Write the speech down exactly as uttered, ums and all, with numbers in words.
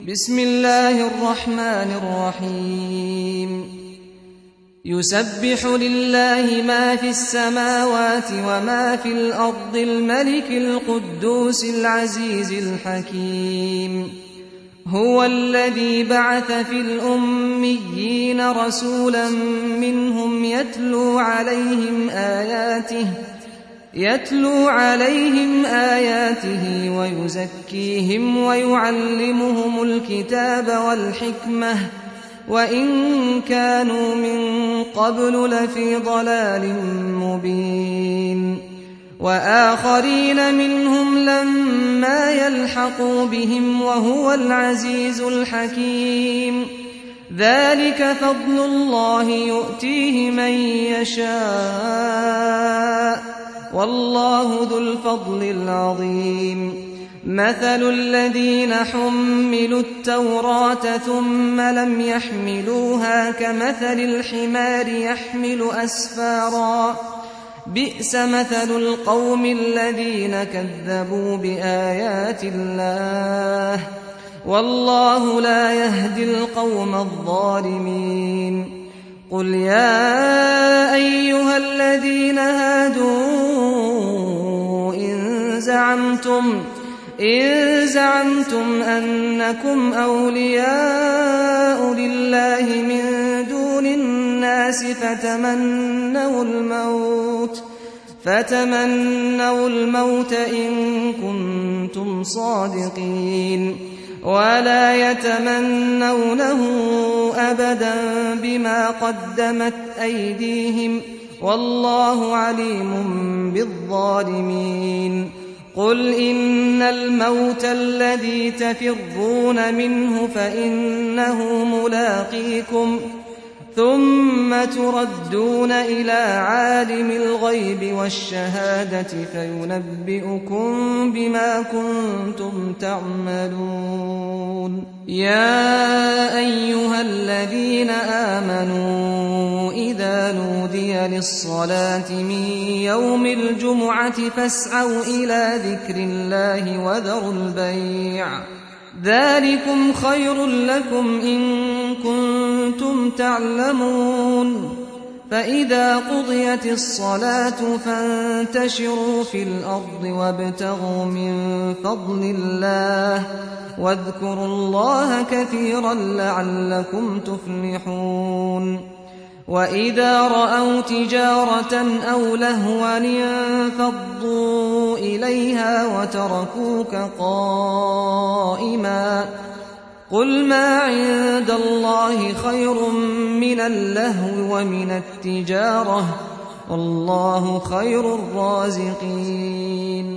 بسم الله الرحمن الرحيم يسبح لله ما في السماوات وما في الأرض الملك القدوس العزيز الحكيم هو الذي بعث في الأميين رسولا منهم يتلو عليهم آياته يتلو عليهم آياته ويزكيهم ويعلمهم الكتاب والحكمة وإن كانوا من قبل لفي ضلال مبين وآخرين منهم لما يلحقوا بهم وهو العزيز الحكيم ذلك فضل الله يؤتيه من يشاء والله ذو الفضل العظيم مثل الذين حملوا التوراة ثم لم يحملوها كمثل الحمار يحمل أسفارا بئس مثل القوم الذين كذبوا بآيات الله والله لا يهدي القوم الظالمين قل يا أيها الذين هادوا إن زعمتم إن زعمتم أنكم أولياء لله من دون الناس فتمنوا الموت فتمنوا الموت إن كنتم صادقين ولا يتمنونه أبدا بما قدمت أيديهم والله عليم بالظالمين قل إن الموت الذي تفرون منه فإنه ملاقيكم ثم تردون إلى عالم الغيب والشهادة فينبئكم بما كنتم تعملون يا أيها الذين آمنوا إذا نودي للصلاة من يوم الجمعة فاسعوا إلى ذكر الله وذروا البيع ذلكم خير لكم إن كنتم تعلمون فإذا قضيت الصلاة فانتشروا في الأرض وابتغوا من فضل الله واذكروا الله كثيرا لعلكم تفلحون وإذا رأوا تجارة أو لهوا انفضوا إليها وتركوك قائما قل ما عند الله خير من اللهو ومن التجارة والله خير الرازقين